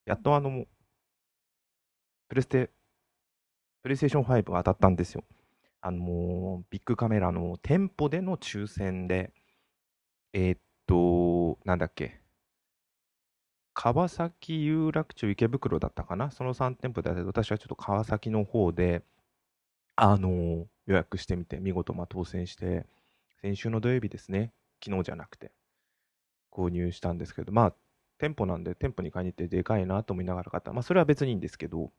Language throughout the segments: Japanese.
やっとプレステ、プレイステーション5が当たったんですよ。ビッグカメラの店舗での抽選で、なんだっけ、川崎有楽町池袋だったかな、その3店舗で、私はちょっと川崎の方で、予約してみて、見事、当選して、先週の土曜日ですね、昨日じゃなくて、購入したんですけど、店舗なんで、店舗に買いに行ってでかいなと思いながら買った。それは別にいいんですけど、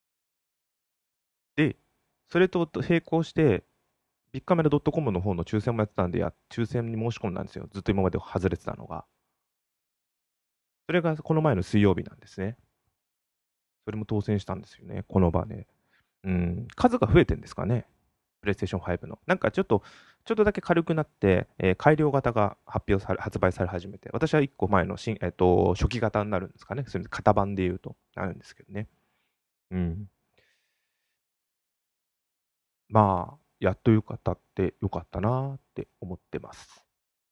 で、それと並行して、ビッグカメラ .com の方の抽選もやってたんで、抽選に申し込んだんですよ。ずっと今まで外れてたのが。それがこの前の水曜日なんですね。それも当選したんですよね、この場で。数が増えてんですかね、プレイステーション5の。なんかちょっとだけ軽くなって、改良型が発売され始めて、私は1個前の初期型になるんですかね、それ型番で言うと、なるんですけどね。うん。やっとよかったってよかったなーって思ってます。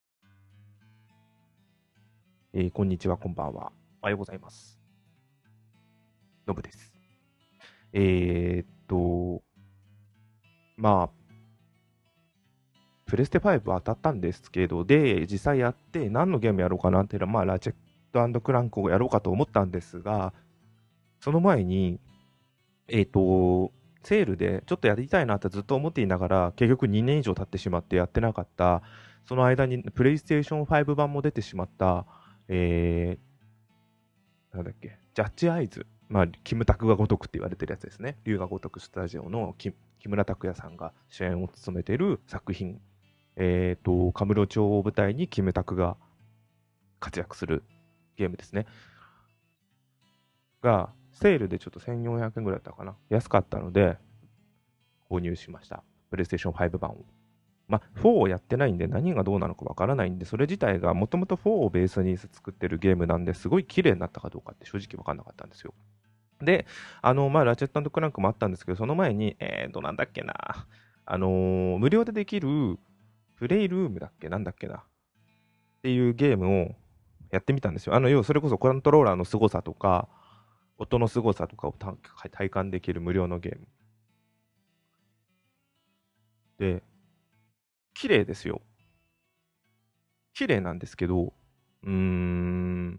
こんにちは、こんばんは。おはようございます。のぶです。えーっと、まあ、プレステ5当たったんですけど、で、実際やって何のゲームやろうかなっていうのは、ラチェットクランクをやろうかと思ったんですが、その前に、えーっと、セールでちょっとやりたいなってずっと思っていながら、結局2年以上経ってしまってやってなかった、その間にプレイステーション5版も出てしまった、えなんだっけ、ジャッジアイズ、キムタクが如くって言われてるやつですね。龍が如くスタジオの木村拓哉さんが主演を務めている作品、カムロ町を舞台にキムタクが活躍するゲームですね。が、セールでちょっと1400円ぐらいだったかな。安かったので、購入しました。プレイステーション5版を。4をやってないんで何がどうなのかわからないんで、それ自体がもともと4をベースに作ってるゲームなんで、すごい綺麗になったかどうかって正直わかんなかったんですよ。で、ラチェットクランクもあったんですけど、その前に、なんだっけな、無料でできる、プレイルームだっけなんだっけな、っていうゲームをやってみたんですよ。要はそれこそコントローラーの凄さとか、音の凄さとかを体感できる無料のゲーム。で、綺麗ですよ。綺麗なんですけど、うーん、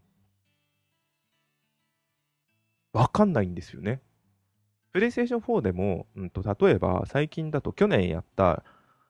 わかんないんですよね。プレイステーション4でも、例えば最近だと去年やった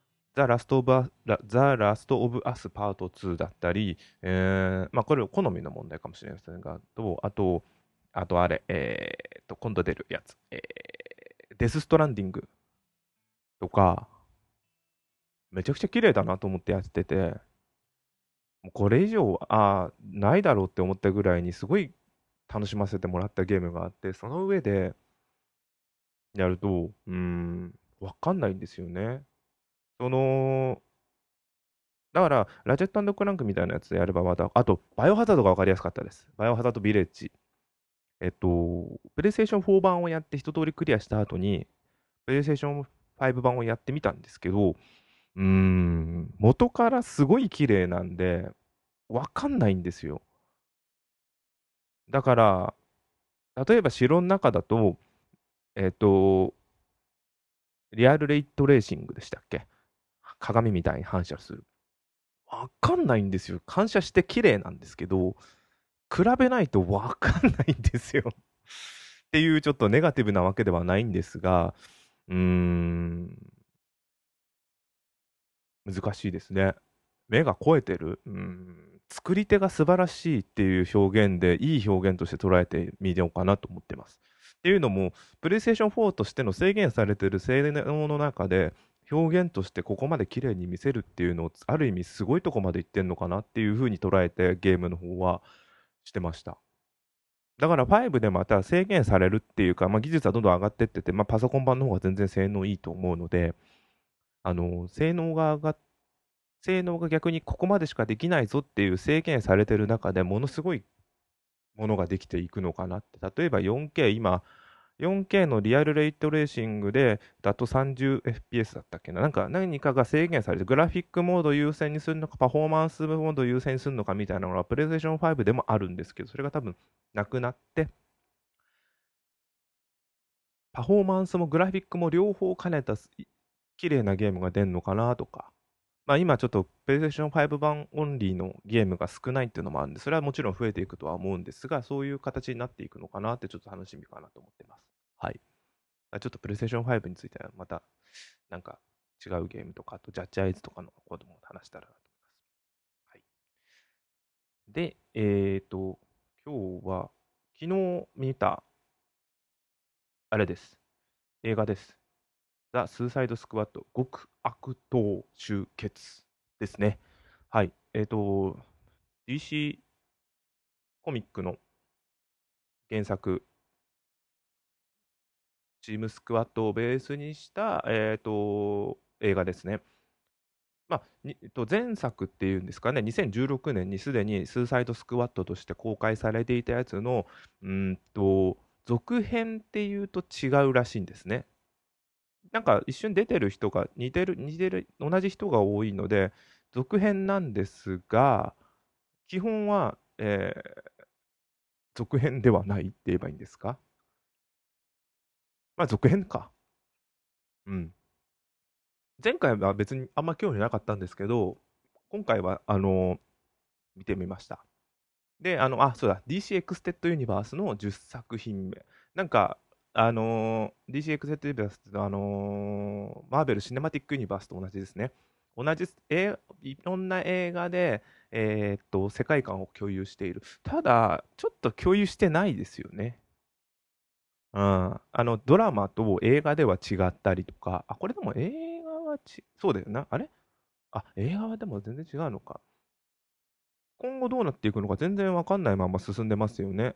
ザ・ラスト・オブ・アス・パート2だったり、これ好みの問題かもしれませんが、あとあれ、今度出るやつ、デス・ストランディングとか、めちゃくちゃ綺麗だなと思ってやってて、もうこれ以上、ないだろうって思ったぐらいにすごい楽しませてもらったゲームがあって、その上でやると、わかんないんですよね。その、だから、ラチェットクランクみたいなやつでやればまた、あと、バイオハザードが分かりやすかったです。バイオハザードビレッジ。プレイステーション4版をやって一通りクリアした後に、プレイステーション5版をやってみたんですけど、元からすごい綺麗なんで、分かんないんですよ。だから、例えば城の中だと、えっと、リアルレイトレーシングでしたっけ、鏡みたいに反射する。わかんないんですよ。反射して綺麗なんですけど、比べないとわかんないんですよ。っていうちょっとネガティブなわけではないんですが、うーん、難しいですね。目が肥えてる。作り手が素晴らしいっていう表現で、いい表現として捉えてみようかなと思ってます。っていうのも、プレイステーション4としての制限されている性能の中で、表現としてここまで綺麗に見せるっていうのを、ある意味すごいとこまでいってんのかなっていうふうに捉えて、ゲームの方はしてました。だから5でまた制限されるっていうか、技術はどんどん上がってってて、パソコン版の方が全然性能いいと思うので、あの、性能が上がっ性能が逆にここまでしかできないぞっていう制限されてる中でものすごいものができていくのかなって。例えば 4K、今、4K のリアルレイトレーシングでだと 30fps だったっけな。なんか何かが制限されて、グラフィックモード優先にするのか、パフォーマンスモード優先にするのかみたいなのがプレイステーション5でもあるんですけど、それが多分なくなって、 パフォーマンスもグラフィックも両方兼ねた綺麗なゲームが出るのかなとか、まあ、今ちょっと PlayStation 5版オンリーのゲームが少ないっていうのもあるんで、それはもちろん増えていくとは思うんですが、そういう形になっていくのかなってちょっと楽しみかなと思ってます。はい。ちょっと PlayStation 5についてはまたなんか違うゲームとか、あとジャッジアイズとかのことも話したらなと思います。はい。で、今日は昨日見たあれです。映画です。ザ・スーサイド・スクワット、極悪党集結ですね。はい。DC コミックの原作、チームスクワットをベースにした、映画ですね。まあ、前作っていうんですかね、2016年にすでにスーサイドスクワットとして公開されていたやつの、続編っていうと違うらしいんですね。なんか一瞬出てる人が似てる、同じ人が多いので、続編なんですが、基本は、続編ではないって言えばいいんですか？まあ、続編か。うん。前回は別にあんま興味なかったんですけど、今回は、見てみました。で、そうだ、DC エクステッドユニバースの10作品目。なんか、DC エクステッドユニバースってのは、マーベル・シネマティック・ユニバースと同じですね。同じ、いろんな映画で、世界観を共有している。ただ、ちょっと共有してないですよね。うん。ドラマと映画では違ったりとか、これでも映画はそうだよな。あれ映画はでも全然違うのか。今後どうなっていくのか全然わかんないまま進んでますよね。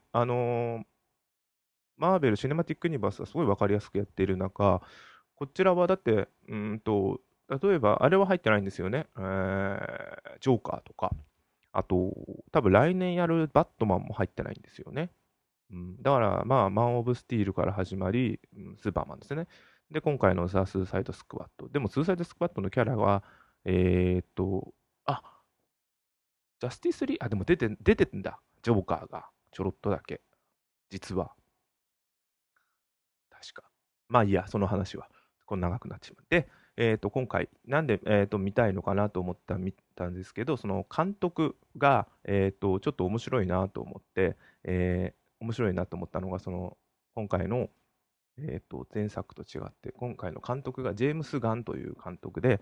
マーベル・シネマティック・ユニバースはすごいわかりやすくやっている中、こちらはだって、例えば、あれは入ってないんですよね。ジョーカーとか、あと、多分来年やるバットマンも入ってないんですよね。うん、だから、まあ、マン・オブ・スティールから始まり、スーパーマンですね。で、今回のザ・スーサイド・スクワット。でも、スーサイド・スクワットのキャラは、あ、ジャスティスリー、でも出てんだ。ジョーカーが、ちょろっとだけ。実は、確か。まあいいや、その話は。こんな長くなっちまって。今回、なんで、見たいのかなと思見たんですけど、その監督が、ちょっと面白いなと思って、面白いなと思ったのが、今回の、前作と違って、今回の監督がジェームス・ガンという監督で、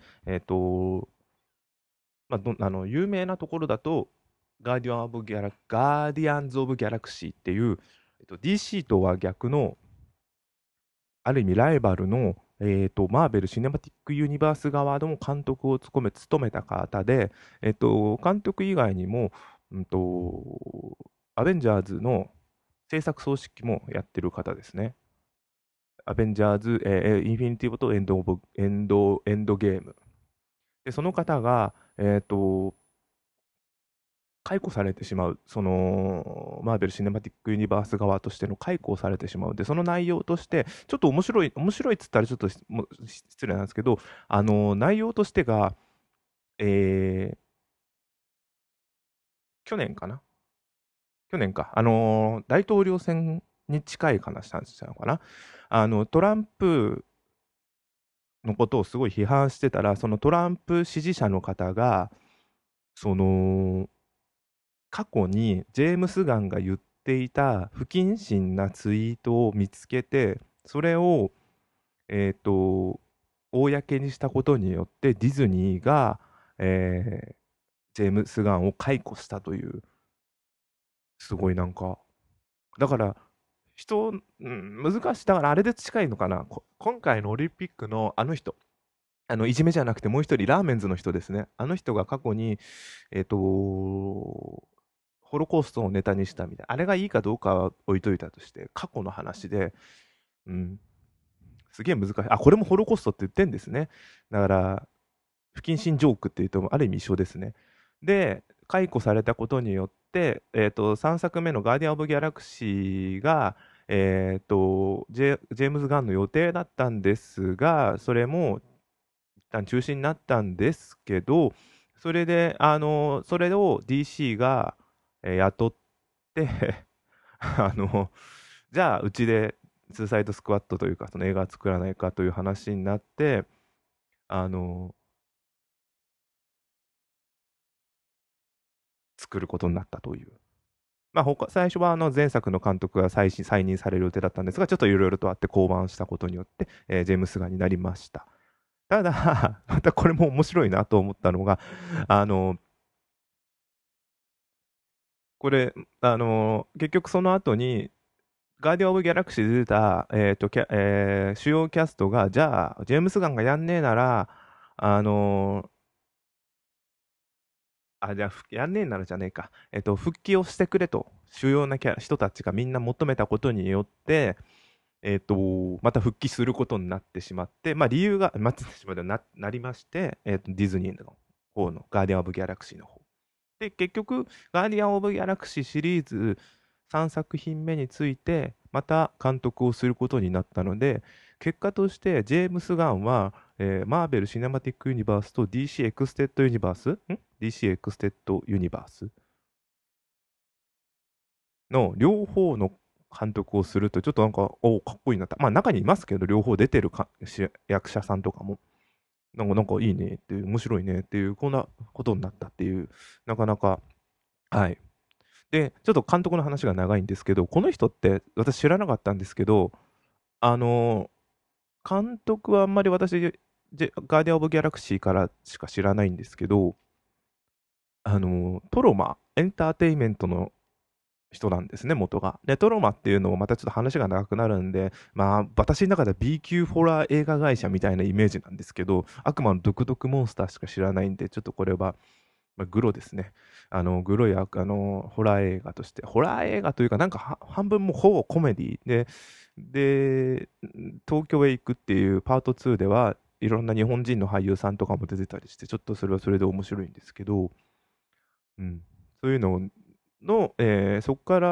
まあ、有名なところだと、ガーディアンズ・オブ・ギャラクシーっていう、DC とは逆の、ある意味ライバルの、マーベル・シネマティック・ユニバース側の監督を務めた方で、監督以外にも、アベンジャーズの制作総指揮もやってる方ですね。アベンジャーズ、インフィニティ・ウォーとエンドゲーム。で、その方が、解雇されてしまう、マーベル・シネマティック・ユニバース側としての解雇をされてしまう。で、その内容として、ちょっと面白いっつったらちょっと失礼なんですけど、内容としてが、えー去年かな去年か、大統領選に近い話なんしたのかな。トランプのことをすごい批判してたら、そのトランプ支持者の方が、その、過去にジェームス・ガンが言っていた不謹慎なツイートを見つけて、それを、えっと、公にしたことによってディズニーが、ジェームス・ガンを解雇したという、すごいなんか、だから、難しい、だからあれで近いのかな、今回のオリンピックのあの人、いじめじゃなくてもう一人、ラーメンズの人ですね。あの人が過去に、ホロコーストをネタにしたみたいな。あれがいいかどうかは置いといたとして、過去の話で、うん、すげえ難しい。これもホロコーストって言ってんですね。だから、不謹慎ジョークって言うと、ある意味一緒ですね。で、解雇されたことによって、3作目のガーディアン・オブ・ギャラクシーが、ジェームズ・ガンの予定だったんですが、それも一旦中止になったんですけど、それで、それを DC が、雇ってあの、じゃあ、うちでスーサイドスクワットというか、その映画を作らないかという話になって、あの、作ることになったという。まあ、最初は前作の監督が再任される予定だったんですが、ちょっといろいろとあって降板したことによって、ジェームス・ガンになりました。ただ、またこれも面白いなと思ったのが、あの、これ、結局その後に、ガーディアン・オブ・ギャラクシーで出た、主要キャストが、じゃあ、ジェームス・ガンがやんねえなら、あの、じゃあ、やんねえならじゃねえか、復帰をしてくれと、主要な人たちがみんな求めたことによって、また復帰することになってしまって、まあ、理由が、待ってしまうなりまして、ディズニーの方のガーディアン・オブ・ギャラクシーの方。で、結局、ガーディアン・オブ・ギャラクシーシリーズ3作品目について、また監督をすることになったので、結果として、ジェームス・ガンは、マーベル・シネマティック・ユニバースと DC エクステッド・ユニバース、DC エクステッド・ユニバースの両方の監督をすると、ちょっとなんか、かっこいいなって。まあ、中にいますけど、両方出てる役者さんとかも、なんかいいねっていう、面白いねっていう、こんなことになったっていう、なかなか、はい。で、ちょっと監督の話が長いんですけど、この人って私知らなかったんですけど、あの、監督はあんまり私、ガーディアン・オブ・ギャラクシーからしか知らないんですけど、トロマ、エンターテインメントの人なんですね、元が。で、トロマっていうのもまたちょっと話が長くなるんで、まあ、私の中では B 級ホラー映画会社みたいなイメージなんですけど、悪魔の毒々モンスターしか知らないんで、ちょっとこれは、まあ、グロですね。グロいホラー映画として、ホラー映画というか、なんか半分もほぼコメディで、東京へ行くっていうパート2では、いろんな日本人の俳優さんとかも出てたりして、ちょっとそれはそれで面白いんですけど、うん、そういうのの、そこから、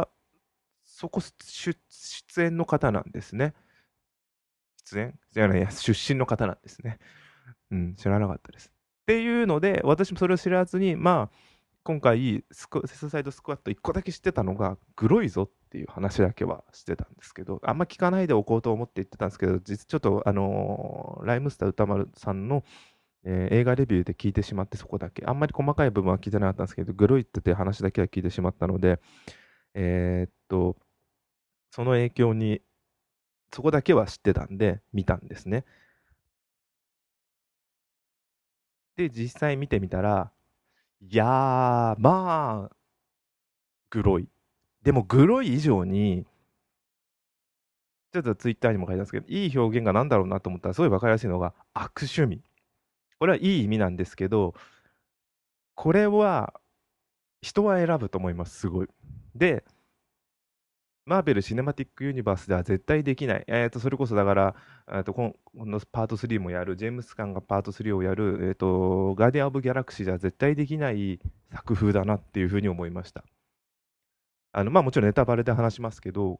出演の方なんですね。出演じゃないや、出身の方なんですね。うん、知らなかったです。っていうので、私もそれを知らずに、まあ、今回セスサイドスクワット1個だけ知ってたのが、グロいぞっていう話だけはしてたんですけど、あんま聞かないでおこうと思って言ってたんですけど、実ちょっと、ライムスター歌丸さんの、映画レビューで聞いてしまって、そこだけ。あんまり細かい部分は聞いてなかったんですけど、グロいって話だけは聞いてしまったので、えーっと、その影響に、そこだけは知ってたんで、見たんですね。で、実際見てみたら、いやー、まあ、グロい。でも、グロい以上に、ちょっとツイッターにも書いたんですけど、いい表現が何だろうなと思ったら、すごい分かりやすいのが、悪趣味。これはいい意味なんですけど、これは人は選ぶと思います、すごい。で、マーベル・シネマティック・ユニバースでは絶対できない。それこそだから、このパート3もやる、ジェームス・ガンがパート3をやる、ガーディアン・オブ・ギャラクシーでは絶対できない作風だなっていうふうに思いました。まあもちろんネタバレで話しますけど、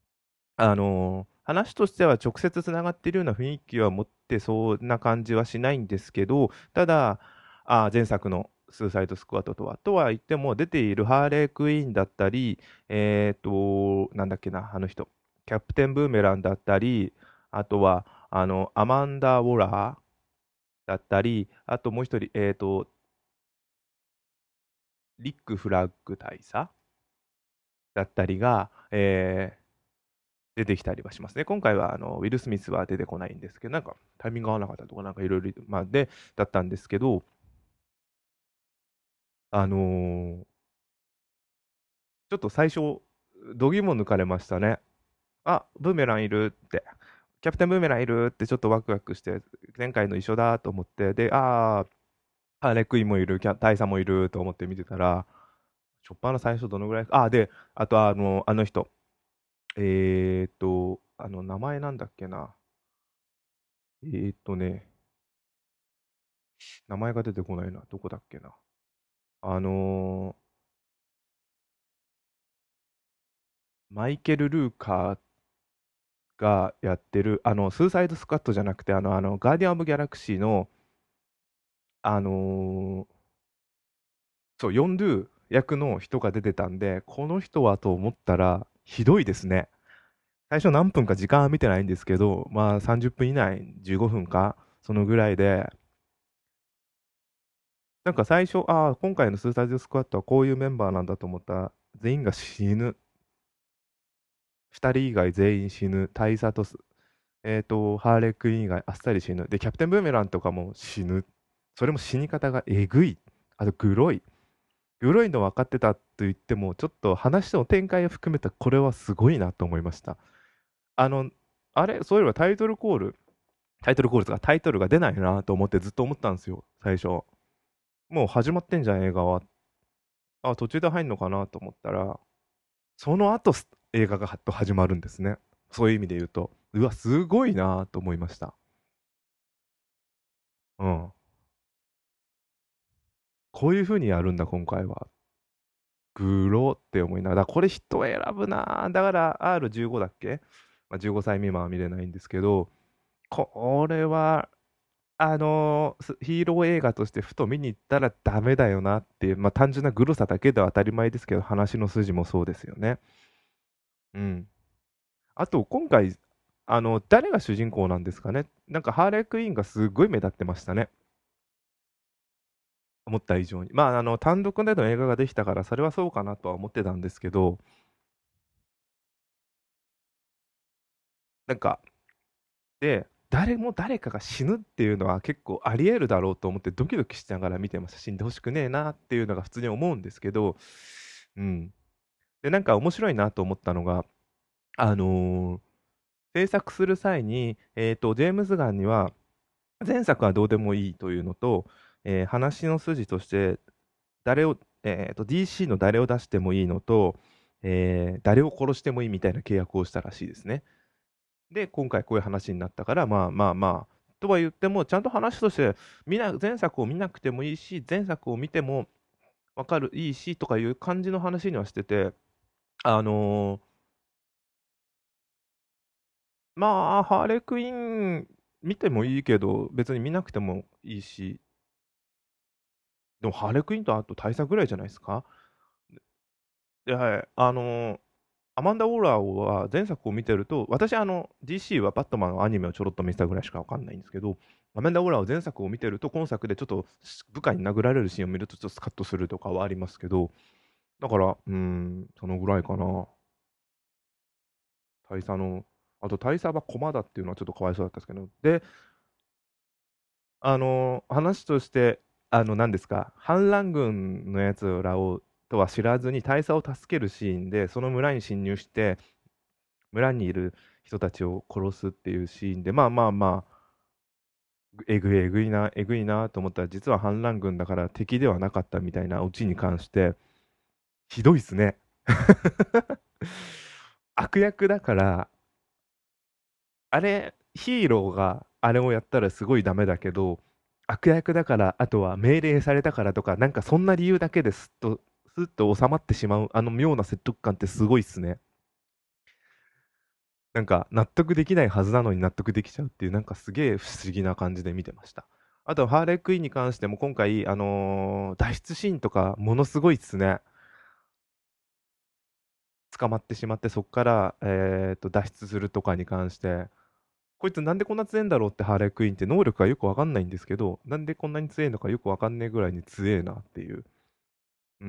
話としては直接つながっているような雰囲気は持ってそうな感じはしないんですけど、ただ、前作のスーサイドスクワットとは言っても、出ているハーレークイーンだったり、なんだっけな、あの人、キャプテンブーメランだったり、あとは、アマンダ・ウォラーだったり、あともう一人、リック・フラッグ大佐だったりが、出てきたりはしますね。今回はウィル・スミスは出てこないんですけど、なんかタイミング合わなかったとか、なんかいろいろ、まあ、だったんですけど、あのーちょっと最初、度肝抜かれましたね。ブーメランいるって、キャプテンブーメランいるってちょっとワクワクして、前回の一緒だと思って、で、ハーレクインもいる、大佐もいると思って見てたら、しょっぱな最初どのぐらいで、あとあの人、名前なんだっけな。ね、名前が出てこないな。どこだっけな。マイケル・ルーカーがやってる、スーサイドスクワットじゃなくて、ガーディアン・オブ・ギャラクシーの、あのーそう、ヨンドゥ役の人が出てたんで、この人はと思ったら、ひどいですね。 最初何分か時間は見てないんですけど、まあ30分以内、15分か、そのぐらいで、なんか最初、ああ、今回のスーサイドスクワットはこういうメンバーなんだと思ったら、全員が死ぬ。2人以外全員死ぬ。大佐とハーレークイーン以外あっさり死ぬ。で、キャプテンブーメランとかも死ぬ。それも死に方がえぐい。あと、グロい。グロいの分かってたと言っても、ちょっと話の展開を含めたこれはすごいなと思いました。あの、あれ、そういえばタイトルコールとかタイトルが出ないなと思ってずっと思ったんですよ、最初。もう始まってんじゃん、映画は。あ、途中で入んのかなと思ったら、その後映画がはっと始まるんですね。そういう意味で言うと、うわ、すごいなと思いました。うん。こういう風にやるんだ、今回は。グロって思いながら、これ人選ぶなだから R15 だっけ、まあ、15歳未満は見れないんですけど、これは、ヒーロー映画としてふと見に行ったらダメだよなっていう、まあ、単純なグロさだけでは当たり前ですけど、話の筋もそうですよね。うん。あと、今回、誰が主人公なんですかね。なんか、ハーレークイーンがすごい目立ってましたね。思った以上に。まあ、単独での映画ができたから、それはそうかなとは思ってたんですけど、なんか、で、誰も誰かが死ぬっていうのは結構あり得るだろうと思ってドキドキしながら見てました。死んでほしくねえなっていうのが普通に思うんですけど、うん。で、なんか面白いなと思ったのが、あのー制作する際に、ジェームズ・ガンには、前作はどうでもいいというのと、話の筋として、誰を、DC の誰を出してもいいのと、誰を殺してもいいみたいな契約をしたらしいですね。で、今回こういう話になったから、まあまあまあ、とは言っても、ちゃんと話として、前作を見なくてもいいし、前作を見ても分かる、いいしとかいう感じの話にはしてて、あのーまあ、ハーレークイーン見てもいいけど、別に見なくてもいいし、でもハーレークイーンとあと大佐ぐらいじゃないですか。で、はい、アマンダ・ウォーラーは前作を見てると、私DC はバットマンのアニメをちょろっと見てたぐらいしかわかんないんですけど、アマンダ・ウォーラーは前作を見てると、今作でちょっと部下に殴られるシーンを見るとちょっとスカッとするとかはありますけど、だから、そのぐらいかな。大佐の、あと大佐は駒だっていうのはちょっとかわいそうだったんですけど、で、話として、何ですか、反乱軍のやつらをとは知らずに大佐を助けるシーンで、その村に侵入して、村にいる人たちを殺すっていうシーンで、まあまあまあ、えぐいなと思ったら、実は反乱軍だから敵ではなかったみたいなオチに関して、ひどいっすね。悪役だから、あれ、ヒーローがあれをやったらすごいダメだけど、悪役だから、あとは命令されたからとか、なんかそんな理由だけスッと収まってしまう、あの妙な説得感ってすごいっすね。なんか納得できないはずなのに納得できちゃうっていう、なんかすげえ不思議な感じで見てました。あと、ハーレークイーンに関しても今回、脱出シーンとかものすごいっすね。捕まってしまって、そこから、脱出するとかに関して、こいつなんでこんな強えんだろうってハーレークイーンって能力がよくわかんないんですけど、なんでこんなに強えのかよくわかんねえぐらいに強えなっていう。うん。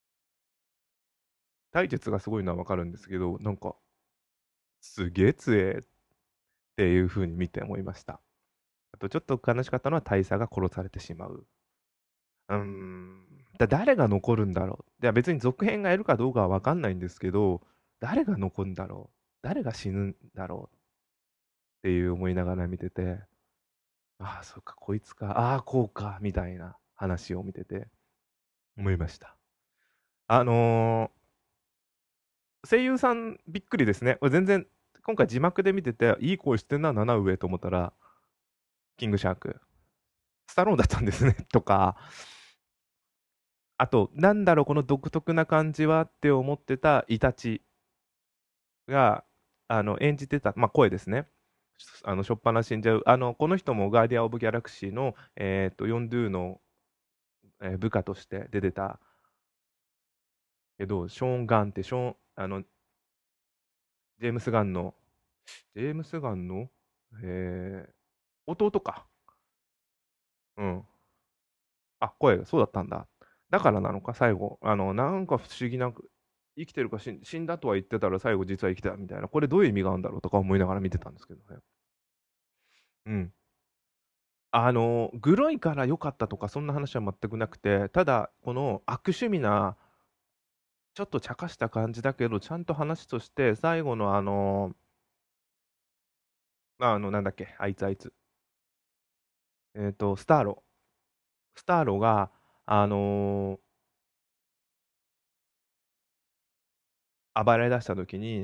体術がすごいのはわかるんですけど、なんか、すげえ強えっていう風に見て思いました。あとちょっと悲しかったのは大佐が殺されてしまう。うーん。誰が残るんだろう。いや別に続編がやるかどうかはわかんないんですけど、誰が残るんだろう。誰が死ぬんだろうっていう思いながら見てて、ああ、そっか、こいつか、ああ、こうか、みたいな話を見てて思いました。あの声優さんびっくりですね。俺全然、今回字幕で見てて、いい声してんな、七上と思ったら、キングシャーク、スタローンだったんですね、とか、あと、なんだろう、この独特な感じはって思ってたイタチが、演じてた、まあ、声ですね。しょっぱな死んじゃう。この人もガーディアン・オブ・ギャラクシーの、ヨンドゥの、部下として出てたけど、ショーン・ガンって、 ジェームス・ガンの、ジェームス・ガンの、え弟か。うん。あ、声がそうだったんだ。だからなのか、最後。なんか不思議な、生きてるか死んだとは言ってたら最後実は生きてたみたいな。これどういう意味があるんだろうとか思いながら見てたんですけどね。うん。グロいから良かったとか、そんな話は全くなくて、ただ、この悪趣味な、ちょっと茶化した感じだけど、ちゃんと話として、最後のなんだっけ、あいつ、スターロ。スターロが、あの暴れ出した時に、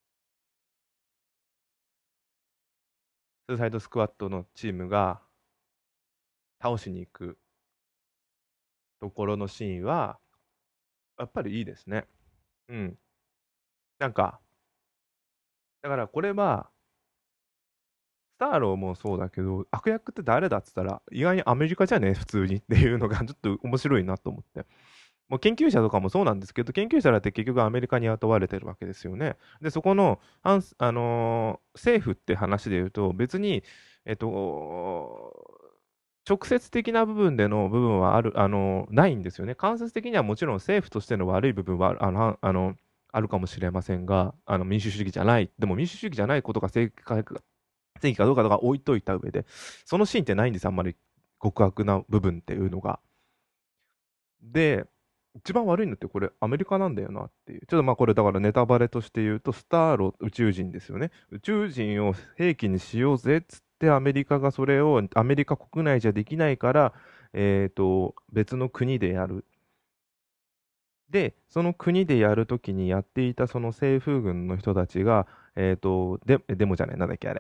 スーサイドスクワットのチームが倒しに行くところのシーンは、やっぱりいいですね。うん。なんか、だからこれは、スターローもそうだけど、悪役って誰だっつったら、意外にアメリカじゃね普通にっていうのがちょっと面白いなと思って。もう研究者とかもそうなんですけど、研究者だって結局アメリカに雇われてるわけですよね。で、そこの、政府って話で言うと、別に、えっと、直接的な部分での部分はないんですよね。間接的にはもちろん政府としての悪い部分はあるかもしれませんが、民主主義じゃない、でも民主主義じゃないことが正義かどうかとか置いといた上で、そのシーンってないんです、あんまり極悪な部分っていうのが。で、一番悪いのってこれアメリカなんだよなっていう。ちょっとまあこれだからネタバレとして言うと、スターロ宇宙人ですよね。宇宙人を兵器にしようぜっつってアメリカがそれをアメリカ国内じゃできないから、別の国でやる。で、その国でやるときにやっていたその政府軍の人たちが、デモじゃない、なんだっけあれ。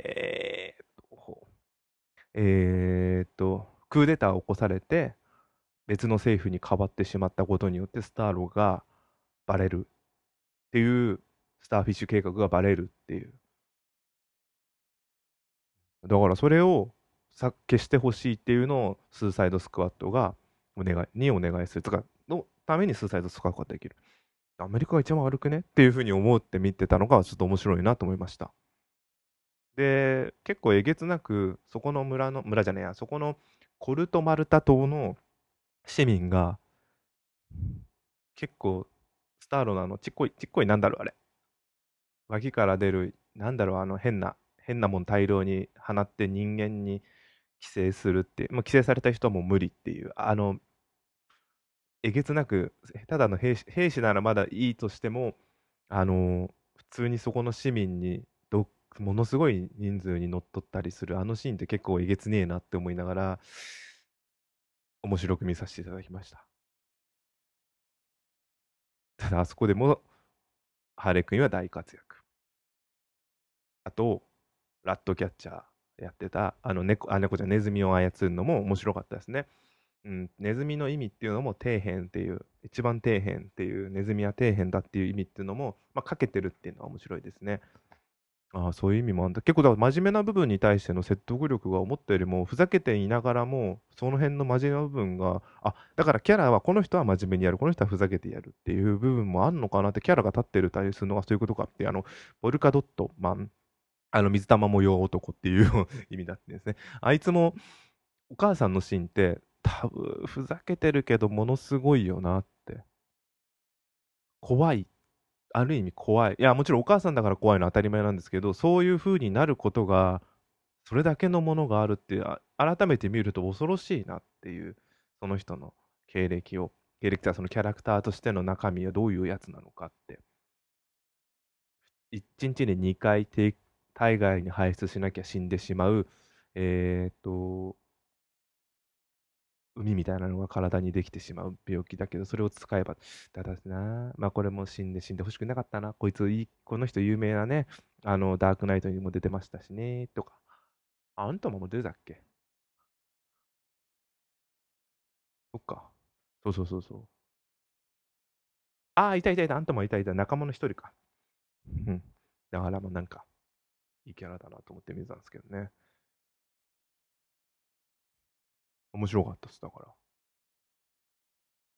クーデターを起こされて、別の政府に変わってしまったことによって、スターロがバレるっていう、スターフィッシュ計画がバレるっていう。だからそれを消してほしいっていうのを、スーサイドスクワットがお願いする。とか、のためにスーサイドスクワットができる。アメリカが一番悪くねっていうふうに思って見てたのが、ちょっと面白いなと思いました。で、結構えげつなく、そこの村じゃねえや、そこのコルトマルタ島の市民が、結構、スターロのちっこいなんだろう、あれ。脇から出る、なんだろう、変なもん大量に放って人間に寄生するって、まあ、寄生された人も無理っていう、えげつなく、ただの兵士ならまだいいとしても、普通にそこの市民にものすごい人数に乗っ取ったりする、あのシーンって結構えげつねえなって思いながら、面白く見させていただきました。ただ、あそこでも、ハーレークイーンは大活躍。あと、ラットキャッチャーやってた、猫じゃネズミを操るのも面白かったですね。うん、ネズミの意味っていうのも底辺っていう、一番底辺っていう、ネズミは底辺だっていう意味っていうのも、まあ、かけてるっていうのは面白いですね。ああ、そういう意味もあるんだ。結構だから真面目な部分に対しての説得力が思ったよりも、ふざけていながらも、その辺の真面目な部分が、あ、だからキャラは、この人は真面目にやる、この人はふざけてやるっていう部分もあるのかなって、キャラが立ってるたりするのがそういうことかって、ボルカドットマン、水玉模様男っていう意味だってんですね。あいつも、お母さんのシーンって、多分、ふざけてるけど、ものすごいよなって。怖い。ある意味怖い。いや、もちろんお母さんだから怖いのは当たり前なんですけど、そういう風になることが、それだけのものがあるって、改めて見ると恐ろしいなっていう、その人の経歴とはそのキャラクターとしての中身はどういうやつなのかって。1日に2回体外に排出しなきゃ死んでしまう、えーっと、海みたいなのが体にできてしまう病気だけど、それを使えば、ただな、まあこれも死んでほしくなかったな。この人有名なね、ダークナイトにも出てましたしね、とか。アントマンも出てたっけ？そっか。そう。ああ、いた、アントマンいた、仲間の一人か。うん。だからまあなんか、いいキャラだなと思って見てたんですけどね。面白かったです、だから。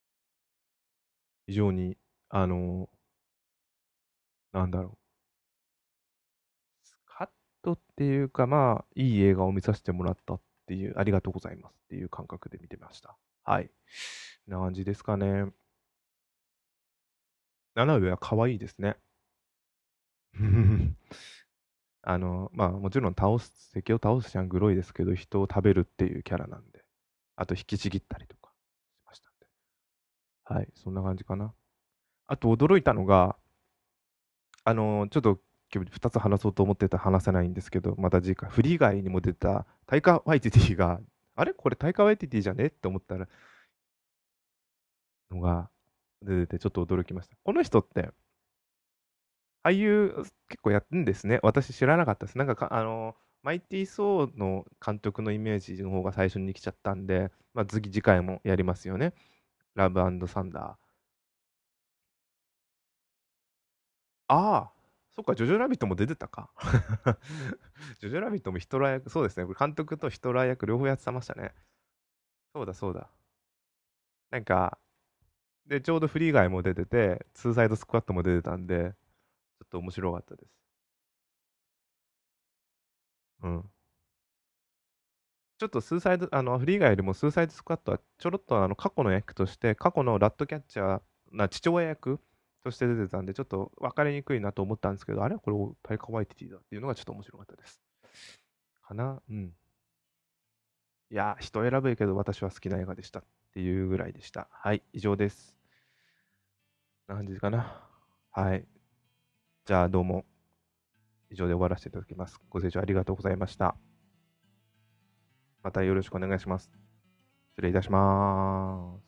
非常に、あのなんだろう。 トっていうか、まあ、いい映画を見させてもらったっていう、ありがとうございますっていう感覚で見てました。はい。な感じですかね。ナナベは可愛いですね。まあ、もちろん敵を倒すちゃんグロいですけど、人を食べるっていうキャラなんで、あと引きちぎったりとかしましたんで。はい、そんな感じかな。あと驚いたのが、ちょっと今日2つ話そうと思ってた話せないんですけど、また次回、フリー以外にも出たタイカ・ワイティティが、あれこれタイカ・ワイティティじゃねって思ったのが出てて、ちょっと驚きました。この人って、俳優結構やってんですね。私知らなかったです。なんかマイティー・ソーの監督のイメージの方が最初に来ちゃったんで、まあ、次回もやりますよね。ラブサンダー。ああ、そっか、ジョジョラビットも出てたか。ジョジョラビットもヒトラー役、そうですね。これ監督とヒトラー役両方やってましたね。そうだそうだ。なんか、で、ちょうどフリーガイも出てて、ツーサイドスクワットも出てたんで、ちょっと面白かったです。うん。ちょっとスーサイド、フリーガイよりもスーサイドスクワットはちょろっと過去の役として、過去のラッドキャッチャーな父親役として出てたんで、ちょっと分かりにくいなと思ったんですけど、あれこれタイカワイティティだっていうのがちょっと面白かったです。かなうん。いや、人選ぶけど私は好きな映画でしたっていうぐらいでした。はい、以上です。な感じかな。はい。じゃあどうも以上で終わらせていただきます。ご清聴ありがとうございました。またよろしくお願いします。失礼いたします。